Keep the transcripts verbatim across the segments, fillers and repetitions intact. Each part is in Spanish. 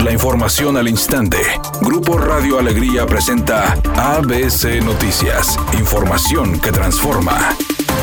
La información al instante. Grupo Radio Alegría presenta A B C Noticias. Información que transforma.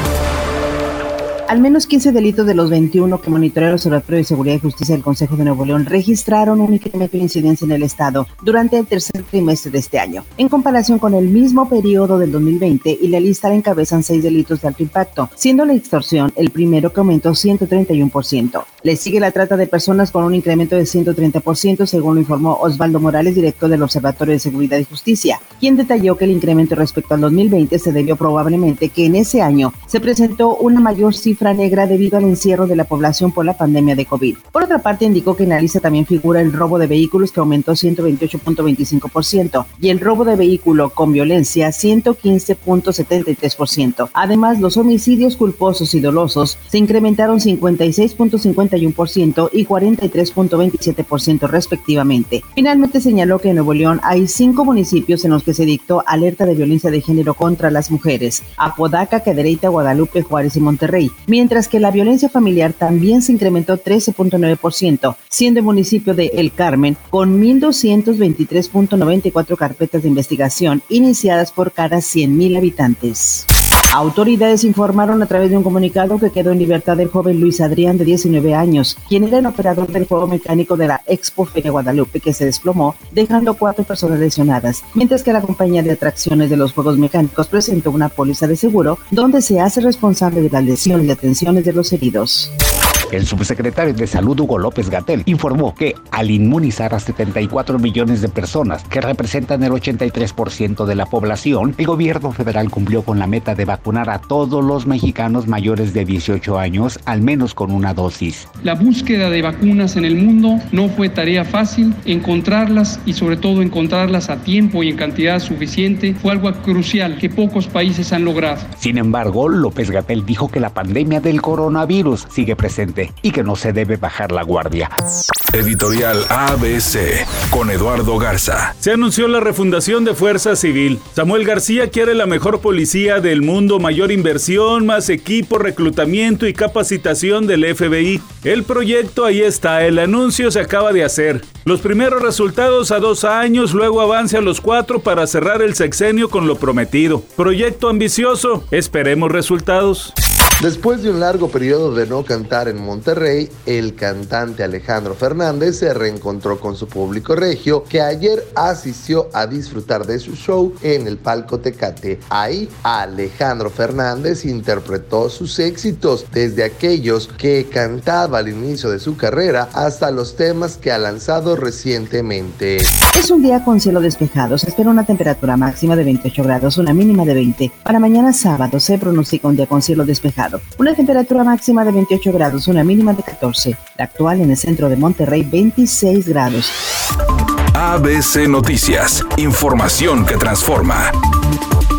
Al menos quince delitos de los veintiuno que monitorea el Observatorio de Seguridad y Justicia del Consejo de Nuevo León registraron un incremento de incidencia en el estado durante el tercer trimestre de este año, en comparación con el mismo periodo del dos mil veinte, y la lista la encabezan seis delitos de alto impacto, siendo la extorsión el primero, que aumentó ciento treinta y uno por ciento. Le sigue la trata de personas con un incremento de ciento treinta por ciento, según lo informó Osvaldo Morales, director del Observatorio de Seguridad y Justicia, quien detalló que el incremento respecto al dos mil veinte se debió probablemente que en ese año se presentó una mayor cifra negra debido al encierro de la población por la pandemia de COVID. Por otra parte, indicó que en la lista también figura el robo de vehículos, que aumentó ciento veintiocho punto veinticinco por ciento, y el robo de vehículo con violencia ciento quince punto setenta y tres por ciento. Además, los homicidios culposos y dolosos se incrementaron cincuenta y seis punto cincuenta y uno por ciento y cuarenta y tres punto veintisiete por ciento respectivamente. Finalmente, señaló que en Nuevo León hay cinco municipios en los que se dictó alerta de violencia de género contra las mujeres: Apodaca, Cadereyta, Guadalupe, Juárez y Monterrey, mientras que la violencia familiar también se incrementó trece punto nueve por ciento, siendo el municipio de El Carmen con mil doscientos veintitrés punto noventa y cuatro carpetas de investigación iniciadas por cada cien mil habitantes. Autoridades informaron a través de un comunicado que quedó en libertad el joven Luis Adrián, de diecinueve años, quien era el operador del juego mecánico de la Expo Feria Guadalupe, que se desplomó, dejando cuatro personas lesionadas, mientras que la compañía de atracciones de los juegos mecánicos presentó una póliza de seguro donde se hace responsable de las lesiones y atenciones de los heridos. El subsecretario de Salud, Hugo López-Gatell, informó que al inmunizar a setenta y cuatro millones de personas, que representan el ochenta y tres por ciento de la población, el gobierno federal cumplió con la meta de vacunar a todos los mexicanos mayores de dieciocho años, al menos con una dosis. La búsqueda de vacunas en el mundo no fue tarea fácil. Encontrarlas, y sobre todo encontrarlas a tiempo y en cantidad suficiente, fue algo crucial que pocos países han logrado. Sin embargo, López-Gatell dijo que la pandemia del coronavirus sigue presente y que no se debe bajar la guardia. Editorial A B C con Eduardo Garza. Se anunció la refundación de Fuerza Civil. Samuel García quiere la mejor policía del mundo, mayor inversión, más equipo, reclutamiento y capacitación del F B I. El proyecto ahí está, el anuncio se acaba de hacer. Los primeros resultados a dos años, luego avance a los cuatro para cerrar el sexenio con lo prometido. Proyecto ambicioso, esperemos resultados. Después de un largo periodo de no cantar en Monterrey, el cantante Alejandro Fernández se reencontró con su público regio, que ayer asistió a disfrutar de su show en el Palco Tecate. Ahí, Alejandro Fernández interpretó sus éxitos, desde aquellos que cantaba al inicio de su carrera hasta los temas que ha lanzado recientemente. Es un día con cielo despejado. Se espera una temperatura máxima de veintiocho grados, una mínima de veinte. Para mañana sábado se pronostica un día con cielo despejado. Una temperatura máxima de veintiocho grados, una mínima de catorce. La actual en el centro de Monterrey, veintiséis grados. A B C Noticias, información que transforma.